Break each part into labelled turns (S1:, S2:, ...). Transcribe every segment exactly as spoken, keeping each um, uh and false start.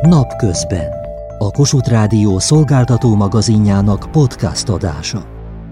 S1: Napközben. A Kossuth Rádió szolgáltató magazinjának podcast adása.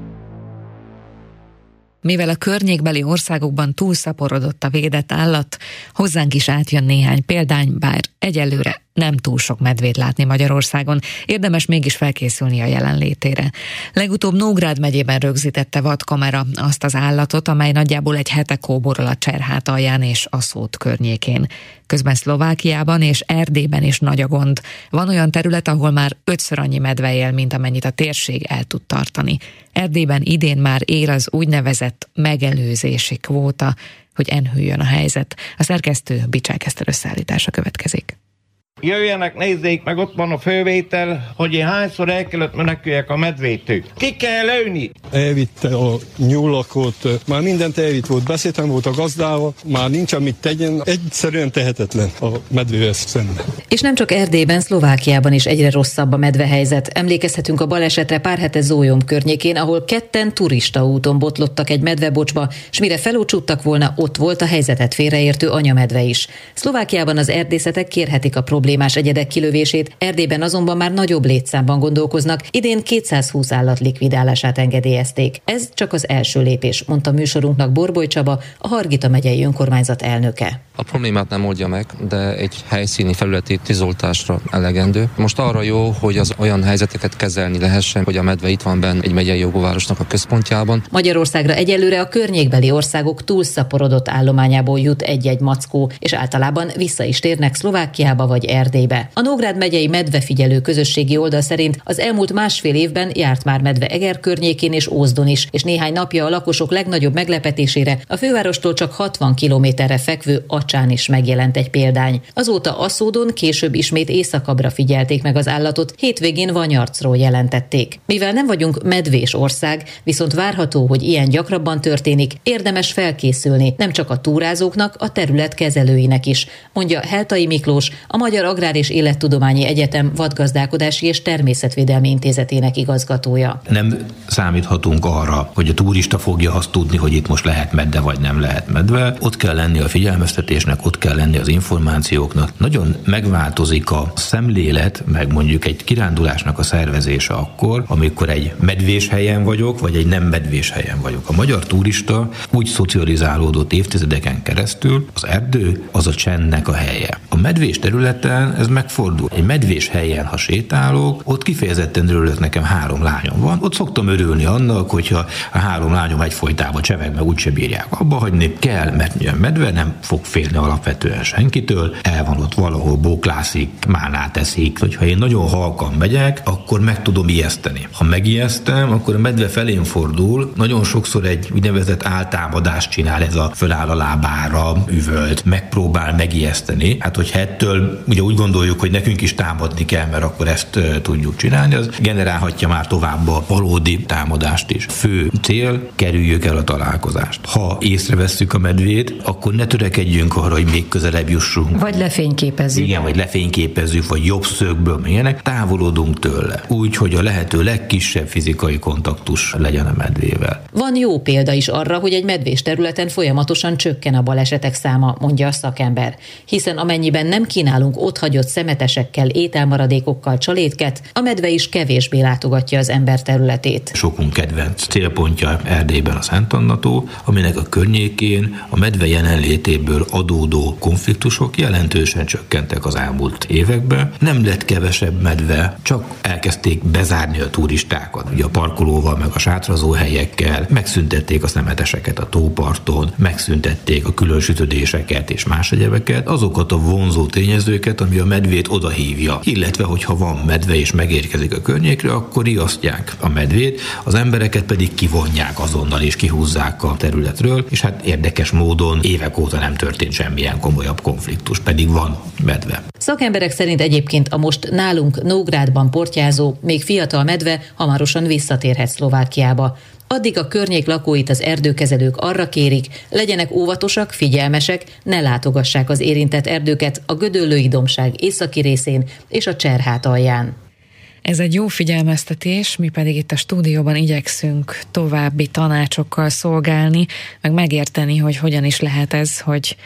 S2: Mivel a környékbeli országokban túlszaporodott a védett állat, hozzánk is átjön néhány példány, bár egyelőre nem túl sok medvét látni Magyarországon, érdemes mégis felkészülni a jelenlétére. Legutóbb Nógrád megyében rögzítette vadkamera azt az állatot, amely nagyjából egy hete kóborol a Cserhátalján és Aszód környékén. Közben Szlovákiában és Erdélyben is nagy a gond. Van olyan terület, ahol már ötször annyi medve él, mint amennyit a térség el tud tartani. Erdélyben idén már él az úgynevezett megelőzési kvóta, hogy enyhüljön a helyzet. A szerkesztő Bicsák Eszter összeállítása következik.
S3: Jöjjenek, nézzék meg, ott van a fővétel, hogy én hányszor el kellett meneküljek a medvétől. Ki kell lőni?
S4: Elvitte a nyulakot, már mindent elvitt volt, beszéltem volt a gazdával, már nincs amit tegyen, egyszerűen tehetetlen a medvével szemben.
S5: És nem csak Erdélyben, Szlovákiában is egyre rosszabb a medvehelyzet. Emlékezhetünk a balesetre pár hete Zólyom környékén, ahol ketten turistaúton botlottak egy medvebocsba, és mire felócsúttak volna, ott volt a helyzetet félreértő anyamedve is. Szlovákiában az erdészetek kérhetik a problémás egyedek kilövését, Erdélyben azonban már nagyobb létszámban gondolkoznak, idén kétszázhúsz állat likvidálását engedélyezték. Ez csak az első lépés, mondta műsorunknak Borboly Csaba, a Hargita megyei önkormányzat elnöke.
S6: A problémát nem oldja meg, de egy helyszíni felületi tűzoltásra elegendő. Most arra jó, hogy az olyan helyzeteket kezelni lehessen, hogy a medve itt van benn egy megyei jogóvárosnak a központjában.
S5: Magyarországra egyelőre a környékbeli országok túlszaporodott állományából jut egy-egy mackó, és általában vissza is térnek Szlovákiába vagy Erdélybe. A Nógrád megyei medvefigyelő közösségi oldal szerint az elmúlt másfél évben járt már medve Eger környékén és Ózdon is, és néhány napja a lakosok legnagyobb meglepetésére a fővárostól csak hatvan kilométerre fekvő Acsán is megjelent egy példány. Azóta Aszódon, később ismét északabbra figyelték meg az állatot, hétvégén Vanyarcról jelentették. Mivel nem vagyunk medvés ország, viszont várható, hogy ilyen gyakrabban történik, érdemes felkészülni nem csak a túrázóknak, a terület kezelőinek is, mondja Heltai Miklós, a Magyar Agrár és Élettudományi Egyetem Vadgazdálkodási és Természetvédelmi Intézetének igazgatója.
S7: Nem számíthatunk arra, hogy a turista fogja azt tudni, hogy itt most lehet medve vagy nem lehet medve. Ott kell lenni a figyelmeztetésnek, ott kell lenni az információknak. Nagyon megváltozik a szemlélet, meg mondjuk egy kirándulásnak a szervezése akkor, amikor egy medvés helyen vagyok, vagy egy nem medvés helyen vagyok. A magyar turista úgy szocializálódott évtizedeken keresztül, az erdő az a csendnek a helye. A medvés területen ez megfordul. Egy medvés helyen, ha sétálok, ott kifejezetten örülök, nekem három lányom van. Ott szoktam örülni annak, hogyha a három lányom egyfolytában cseveg, meg úgyse bírják abba hagyni. Kell, mert milyen medve nem fog félni alapvetően senkitől. El van ott valahol, bóklászik, mánát eszik. Hogyha én nagyon halkan megyek, akkor meg tudom ijeszteni. Ha megijesztem, akkor a medve felén fordul. Nagyon sokszor egy úgynevezett áltámadást csinál, ez a föláll a lábára, üvölt, megpróbál megijeszteni. Hát, hogyha ettől ugye úgy gondoljuk, hogy nekünk is támadni kell, mert akkor ezt uh, tudjuk csinálni, az generálhatja már tovább a valódi támadást is. Fő cél, kerüljük el a találkozást. Ha észrevesszük a medvét, akkor ne törekedjünk arra, hogy még közelebb jussunk.
S5: Vagy lefényképezzük.
S7: Igen, vagy lefényképezzük, vagy jobb szögből milyenek, távolodunk tőle. Úgy, hogy a lehető legkisebb fizikai kontaktus legyen a medvével.
S5: Van jó példa is arra, hogy egy medvés területen folyamatosan csökken a balesetek száma, mondja a szakember. Hiszen amennyiben nem kínálunk otthagyott szemetesekkel, ételmaradékokkal csalétket, a medve is kevésbé látogatja az ember területét.
S7: Sokunk kedvenc célpontja Erdélyben a Szent Anna-tó, aminek a környékén a medve jelenlétéből adódó konfliktusok jelentősen csökkentek az elmúlt években. Nem lett kevesebb medve, csak elkezdték bezárni a turistákat. Ugye a parkolóval, meg a sátrazó helyekkel, megszüntették a szemeteseket a tóparton, megszüntették a külön sütödéseket és más egyebeket, azokat a vonzó tényezőket, ami a medvét odahívja. Illetve, hogyha van medve és megérkezik a környékre, akkor riasztják a medvét, az embereket pedig kivonják azonnal és kihúzzák a területről, és hát érdekes módon évek óta nem történt semmilyen komolyabb konfliktus, pedig van medve.
S5: Szakemberek szerint egyébként a most nálunk Nógrádban portyázó, még fiatal medve hamarosan visszatérhet Szlovákiába. Addig a környék lakóit az erdőkezelők arra kérik, legyenek óvatosak, figyelmesek, ne látogassák az érintett erdőket a Gödöllői dombság északi részén és a Cserhátalján.
S2: Ez egy jó figyelmeztetés, mi pedig itt a stúdióban igyekszünk további tanácsokkal szolgálni, meg megérteni, hogy hogyan is lehet ez, hogy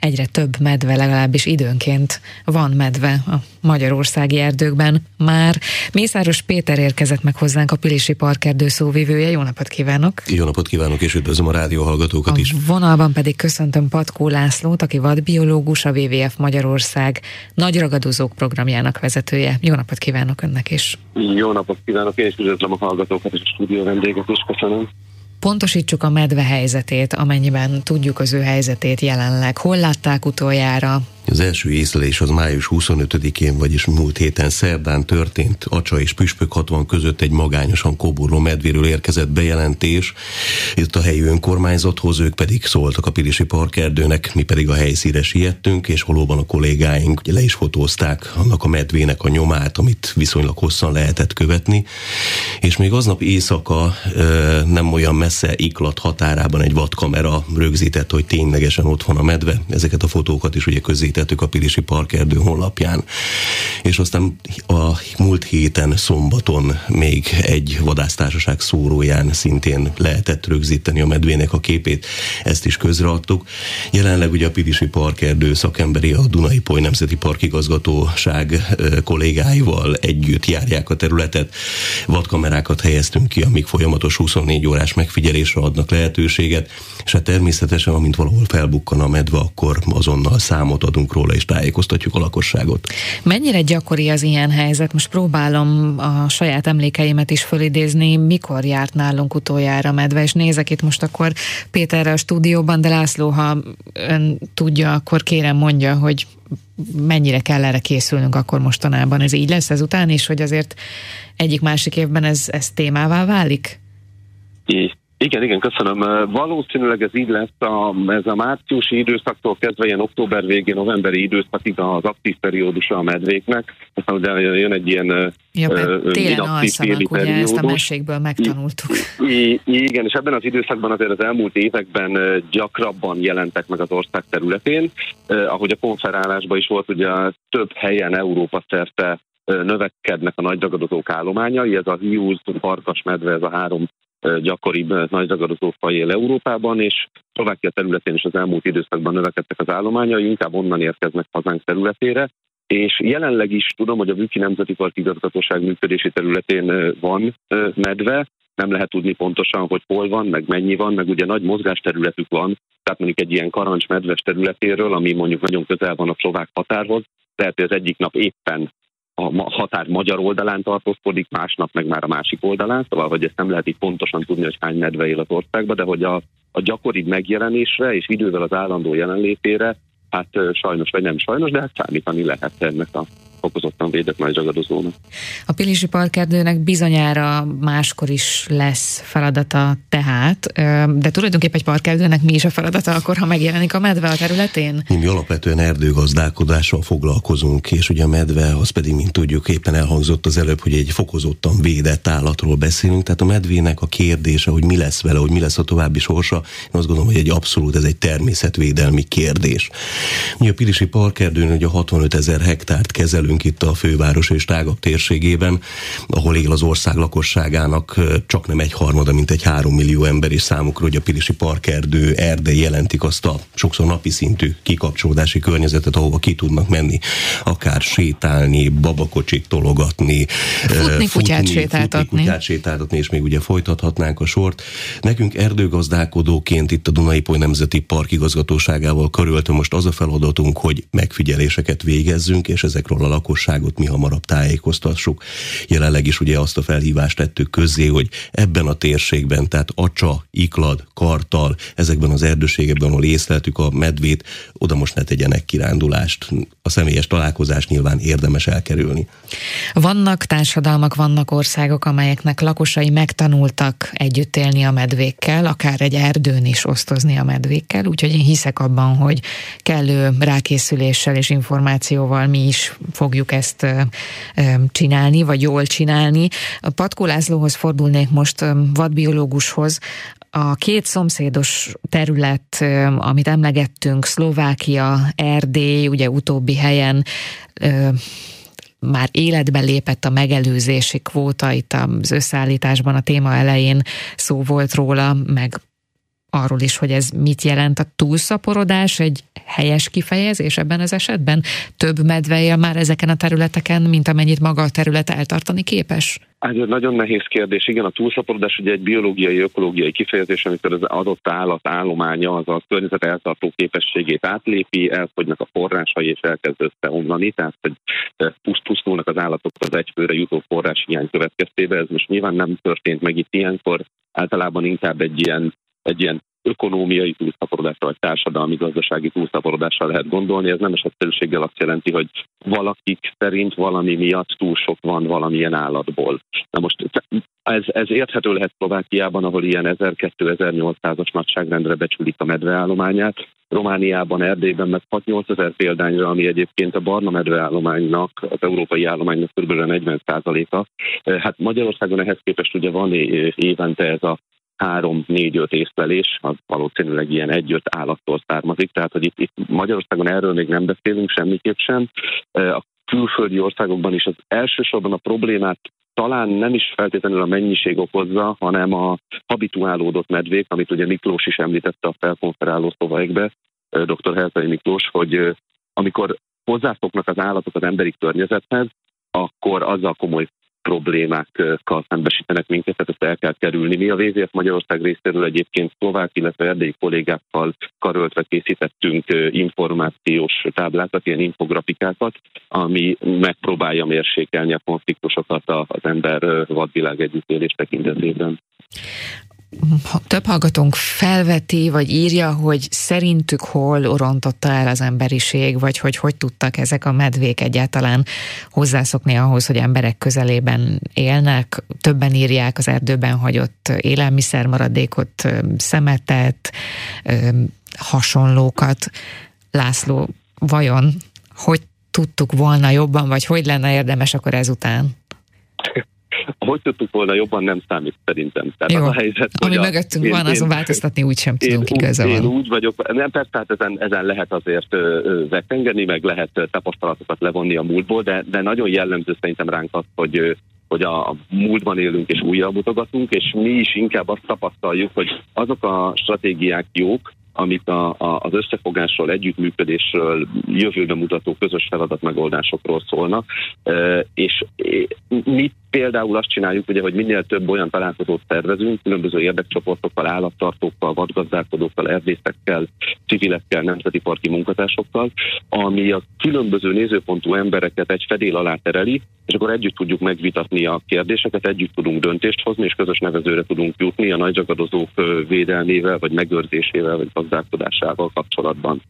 S2: egyre több medve, legalábbis időnként van medve a magyarországi erdőkben már. Mészáros Péter érkezett meg hozzánk, a Pilisi Parkerdő szóvivője. Jó napot kívánok!
S8: Jó napot kívánok, és üdvözlöm a rádió hallgatókat is!
S2: A vonalban pedig köszöntöm Patkó Lászlót, aki vadbiológus, a dupla vé vé ef Magyarország nagy ragadozók programjának vezetője. Jó napot kívánok önnek is!
S9: Jó napot kívánok, én is üdvözlöm a hallgatókat és a stúdió vendéget is, köszönöm.
S2: Pontosítsuk a medve helyzetét, amennyiben tudjuk az ő helyzetét jelenleg. Hol látták utoljára?
S8: Az első észlelés az május huszonötödikén, vagyis múlt héten szerdán történt. Acsa és Püspök hatvan között egy magányosan kóborló medvéről érkezett bejelentés. Itt a helyi önkormányzathoz, ők pedig szóltak a Pilisi Parkerdőnek, mi pedig a helyszínre siettünk, és valóban a kollégáink ugye le is fotózták annak a medvének a nyomát, amit viszonylag hosszan lehetett követni. És még aznap éjszaka nem olyan messze Iklat határában egy vadkamera rögzített, hogy ténylegesen ott van a medve. Ezeket a fotókat is ugye közzétettük a Pilisi Parkerdő honlapján. És aztán a múlt héten szombaton még egy vadásztársaság szóróján szintén lehetett rögzíteni a medvének a képét, ezt is közreadtuk. Jelenleg ugye a Pilisi Parkerdő szakemberi, a Dunai-Poly Nemzeti Parkigazgatóság kollégáival együtt járják a területet. Vadkamerákat helyeztünk ki, amik folyamatos huszonnégy órás megfigyelésre adnak lehetőséget, és hát természetesen, amint valahol felbukkan a medve, akkor azonnal számot adunk róla, és tájékoztatjuk a lakosságot.
S2: Mennyire gyakori az ilyen helyzet? Most próbálom a saját emlékeimet is fölidézni, mikor járt nálunk utoljára medve, és nézek itt most akkor Péterre a stúdióban, de László, ha ön tudja, akkor kérem mondja, hogy mennyire kell erre készülnünk akkor mostanában. Ez így lesz ezután is, hogy azért egyik-másik évben ez, ez témává válik?
S9: Így. Igen, igen, köszönöm. Valószínűleg ez így lesz, a, ez a márciusi időszaktól kezdve ilyen október végén, novemberi időszakig az aktív periódusa a medvéknek. Aztán ugye jön egy ilyen
S2: ja, télen alszanak, ugye ezt a mesékből megtanultuk.
S9: I, I, igen, és ebben az időszakban azért az elmúlt években gyakrabban jelentek meg az ország területén. Eh, ahogy a konferálásban is volt, ugye több helyen Európa szerte növekednek a nagyragadozók állományai, ez a hiúz, farkas medve, ez a három gyakoribb nagyragadozó faj él Európában, és Szlovákia területén is az elmúlt időszakban növekedtek az állományai, inkább onnan érkeznek hazánk területére, és jelenleg is tudom, hogy a Bükki Nemzeti Parkigazgatóság működési területén van medve, nem lehet tudni pontosan, hogy hol van, meg mennyi van, meg ugye nagy mozgásterületük van, tehát mondjuk egy ilyen karancs medves területéről, ami mondjuk nagyon közel van a szlovák határhoz, tehát az egyik nap éppen a határ magyar oldalán tartózkodik, másnap meg már a másik oldalán, szóval hogy ezt nem lehet így pontosan tudni, hogy hány medve él az országban, de hogy a, a gyakoribb megjelenésre és idővel az állandó jelenlétére, hát sajnos vagy nem sajnos, de hát számítani lehet ennek a fokozottan védett nagyragadozónak.
S2: A Pilisi Parkerdőnek bizonyára máskor is lesz feladata tehát, de tulajdonképpen egy parkerdőnek mi is a feladata akkor, ha megjelenik a medve a területén?
S8: Mi alapvetően erdőgazdálkodással foglalkozunk, és ugye a medve, az pedig, mint tudjuk, éppen elhangzott az előbb, hogy egy fokozottan védett állatról beszélünk, tehát a medvének a kérdése, hogy mi lesz vele, hogy mi lesz a további sorsa, én azt gondolom, hogy egy abszolút, ez egy természetvédelmi kérdés. Mi a Pilisi Parkerdőn ugye hatvanötezer hektárt kezelünk itt a főváros és tágabb térségében, ahol él az ország lakosságának csak nem egy harmada, mint egy három millió ember, és számukra, hogy a Pilisi Parkerdő erdei jelentik azt a sokszor napi szintű kikapcsolódási környezetet, ahova ki tudnak menni, akár sétálni, babakocsit tologatni,
S2: futni, kutyát sétáltatni.
S8: Futni, kutyát sétáltatni, és még ugye folytathatnánk a sort. Nekünk erdőgazdálkodóként itt a Dunai-Poly Nemzeti Parkigazgatóságával karöltve most az a feladatunk, hogy megfigyeléseket végezzünk, és ezekről a lakosságot mi hamarabb tájékoztassuk. Jelenleg is ugye azt a felhívást tettük közzé, hogy ebben a térségben, tehát Acsa, Iklad, Kartal, ezekben az erdőségekben, ahol észleltük a medvét, oda most ne tegyenek kirándulást. A személyes találkozást nyilván érdemes elkerülni.
S2: Vannak társadalmak, vannak országok, amelyeknek lakosai megtanultak együtt élni a medvékkel, akár egy erdőn is osztozni a medvékkel, úgyhogy én hiszek abban, hogy kellő rákészüléssel és információval mi is fogjuk ezt csinálni, vagy jól csinálni. Patkó Lászlóhoz fordulnék most, vadbiológushoz. A két szomszédos terület, amit emlegettünk, Szlovákia, Erdély, ugye utóbbi helyen már életbe lépett a megelőzési kvóta, itt az összeállításban a téma elején szó volt róla, meg arról is, hogy ez mit jelent a túlszaporodás, egy helyes kifejezés ebben az esetben? Több medve él már ezeken a területeken, mint amennyit maga a terület eltartani képes?
S9: Ez egy nagyon nehéz kérdés. Igen, a túlszaporodás ugye egy biológiai, ökológiai kifejezés, amikor az adott állat állománya az a környezet eltartó képességét átlépi, elfogynak a forrásai és elkezd összeomlani, tehát hogy pusztulnak az állatok az egyfőre jutó forrás hiány következtében. Ez most nyilván nem történt meg itt ilyenkor, általában inkább egy ilyen, egy ilyen ökonómiai túlszaporodásra, vagy társadalmi, gazdasági túlszaporodásra lehet gondolni. Ez nem esetszerűséggel azt jelenti, hogy valakik szerint valami miatt túl sok van valamilyen állatból. Na most ez, ez érthető lehet Szlovákiában, ahol ilyen ezer-kétezer-nyolcszázas nagyságrendre becsülik a medveállományát. Romániában, Erdélyben meg hat-nyolcezer példányra, ami egyébként a barna medveállománynak, az európai állománynak kb. negyven százaléka. Hát Magyarországon ehhez képest ugye van évente ez a három-négy-öt észlelés, az valószínűleg ilyen egy-öt állattól származik, tehát hogy itt, itt Magyarországon erről még nem beszélünk semmiképp sem. A külföldi országokban is az elsősorban a problémát talán nem is feltétlenül a mennyiség okozza, hanem a habituálódott medvék, amit ugye Miklós is említette a felkonferáló szövegbe, dr. Heltai Miklós, hogy amikor hozzászoknak az állatok az emberi környezethez, akkor azzal komoly problémákkal szembesítenek minket, tehát ezt el kell kerülni. Mi a vé zé ef Magyarország részéről egyébként szlovák, illetve erdélyi kollégákkal karöltve készítettünk információs táblákat, ilyen infografikákat, ami megpróbálja mérsékelni a konfliktusokat az ember-vadvilág együttélés tekintetében.
S2: Több hallgatónk felveti, vagy írja, hogy szerintük hol orontotta el az emberiség, vagy hogy hogy tudtak ezek a medvék egyáltalán hozzászokni ahhoz, hogy emberek közelében élnek. Többen írják az erdőben hagyott élelmiszermaradékot, szemetet, hasonlókat. László, vajon hogy tudtuk volna jobban, vagy hogy lenne érdemes akkor ezután?
S9: Hogy tudtuk volna jobban, nem számít szerintem. Tehát
S2: Jó,
S9: az a helyzet,
S2: ami
S9: hogy
S2: mögöttünk
S9: én,
S2: van, azon
S9: én,
S2: változtatni úgy sem tudunk
S9: én,
S2: igazából.
S9: Én úgy vagyok, nem persze, tehát ezen, ezen lehet azért vetengeni, meg lehet tapasztalatokat levonni a múltból, de, de nagyon jellemző szerintem ránk az, hogy hogy a, a múltban élünk és újra mutogatunk, és mi is inkább azt tapasztaljuk, hogy azok a stratégiák jók, amit a, a, az összefogásról, együttműködésről, jövőbe mutató közös feladatmegoldásokról szólnak. E, és mi például azt csináljuk, ugye, hogy minél több olyan találkozót szervezünk, különböző érdekcsoportokkal, állattartókkal, vadgazdálkodókkal, erdészekkel, civilekkel, nemzeti parki munkatársokkal, ami a különböző nézőpontú embereket egy fedél alá tereli, és akkor együtt tudjuk megvitatni a kérdéseket, együtt tudunk döntést hozni, és közös nevezőre tudunk jutni a nagyragadozók védelmével, vagy megőrzésével, vagy gazdálkodásával kapcsolatban.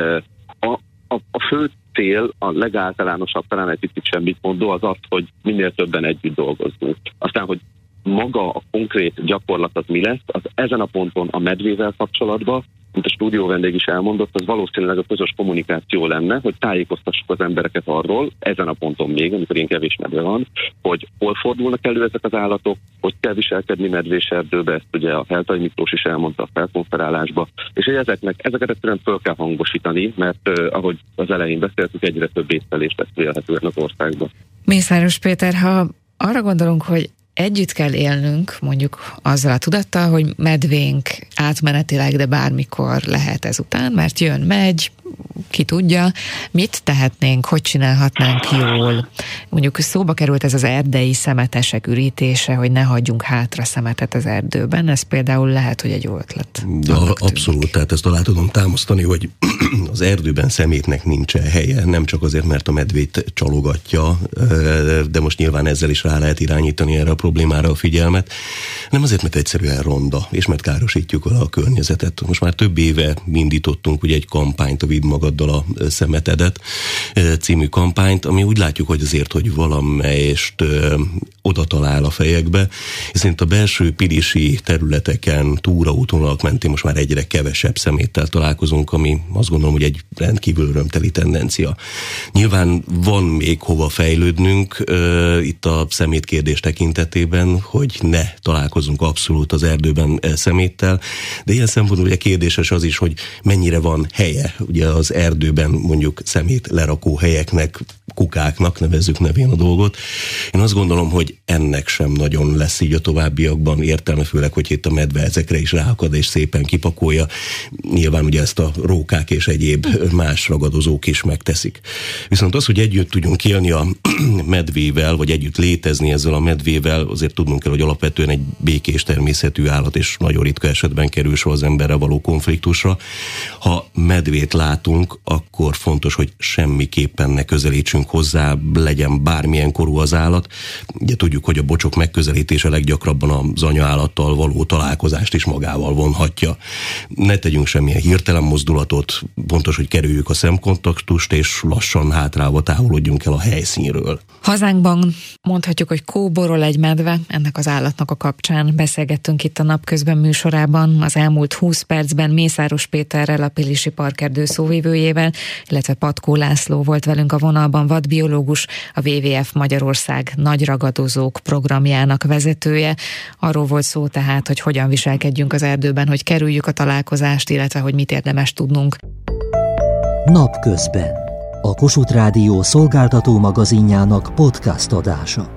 S9: A, a, a fő cél, a legáltalánosabb, talán egy picit semmit mondó, az az, hogy minél többen együtt dolgozzunk. Aztán, hogy maga a konkrét gyakorlat az mi lesz, az ezen a ponton a medvével kapcsolatban, mint a stúdió vendég is elmondott, az valószínűleg a közös kommunikáció lenne, hogy tájékoztassuk az embereket arról, ezen a ponton még, amikor ilyen kevés medve van, hogy hol fordulnak elő ezek az állatok, hogy kell viselkedni medvéserdőbe, ezt ugye a Heltai Miklós is elmondta a felkonferálásba, és hogy ezeknek, ezeket egyszerűen föl kell hangosítani, mert uh, ahogy az elején beszéltük, egyre több észlelést lesz vélhetően az országban.
S2: Mészáros Péter, ha arra gondolunk, hogy együtt kell élnünk, mondjuk azzal a tudattal, hogy medvénk átmenetileg, de bármikor lehet ezután, mert jön, megy, ki tudja, mit tehetnénk, hogy csinálhatnánk jól. Mondjuk szóba került ez az erdei szemetesek ürítése, hogy ne hagyjunk hátra szemetet az erdőben, ez például lehet, hogy egy jó ötlet.
S8: De abszolút, tehát ezt alá tudom támasztani, hogy az erdőben szemétnek nincsen helye, nem csak azért, mert a medvét csalogatja, de most nyilván ezzel is rá lehet irányítani erre a problémára a figyelmet, nem azért, mert egyszerűen ronda, és mert károsítjuk a környezetet. Most már több éve indítottunk ugye egy kampányt, a Vidd magaddal a szemetedet című kampányt, ami úgy látjuk, hogy azért, hogy valamelyest oda talál a fejekbe, hiszen a belső pilisi területeken, túraútvonalak mentén most már egyre kevesebb szeméttel találkozunk, ami azt gondolom, hogy egy rendkívül örömteli tendencia. Nyilván van még hova fejlődnünk itt a szemétkérdés tekintetében, hogy ne találkozunk abszolút az erdőben szeméttel, de ilyen szempontból ugye kérdéses az is, hogy mennyire van helye ugye az erdőben mondjuk szemét lerakó helyeknek kukáknak, nevezzük nevén a dolgot. Én azt gondolom, hogy ennek sem nagyon lesz így a továbbiakban értelme, főleg, hogy itt a medve ezekre is ráakad és szépen kipakolja. Nyilván ugye ezt a rókák és egyéb más ragadozók is megteszik. Viszont az, hogy együtt tudjunk élni a medvével, vagy együtt létezni ezzel a medvével, azért tudnunk kell, hogy alapvetően egy békés természetű állat, és nagyon ritka esetben kerül sor az emberre való konfliktusra. Ha medvét látunk, akkor fontos, hogy semmiképpen ne közelítsünk hozzá, legyen bármilyen korú az állat. Ugye tudjuk, hogy a bocsok megközelítése leggyakrabban az anyaállattal való találkozást is magával vonhatja. Ne tegyünk semmilyen hirtelen mozdulatot, fontos, hogy kerüljük a szemkontaktust, és lassan hátrálva távolodjunk el a helyszínről.
S2: Hazánkban mondhatjuk, hogy kóborol egy medve, ennek az állatnak a kapcsán beszélgettünk itt a Napközben műsorában az elmúlt húsz percben Mészáros Péterrel, a Pilisi Parkerdő szóvivőjével, illetve Patkó László volt velünk a vonalban, vadbiológus, a dupla vé vé ef Magyarország nagy ragadozók programjának vezetője. Arról volt szó tehát, hogy hogyan viselkedjünk az erdőben, hogy kerüljük a találkozást, illetve hogy mit érdemes tudnunk.
S1: Napközben. A Kossuth Rádió szolgáltató magazinjának podcast adása.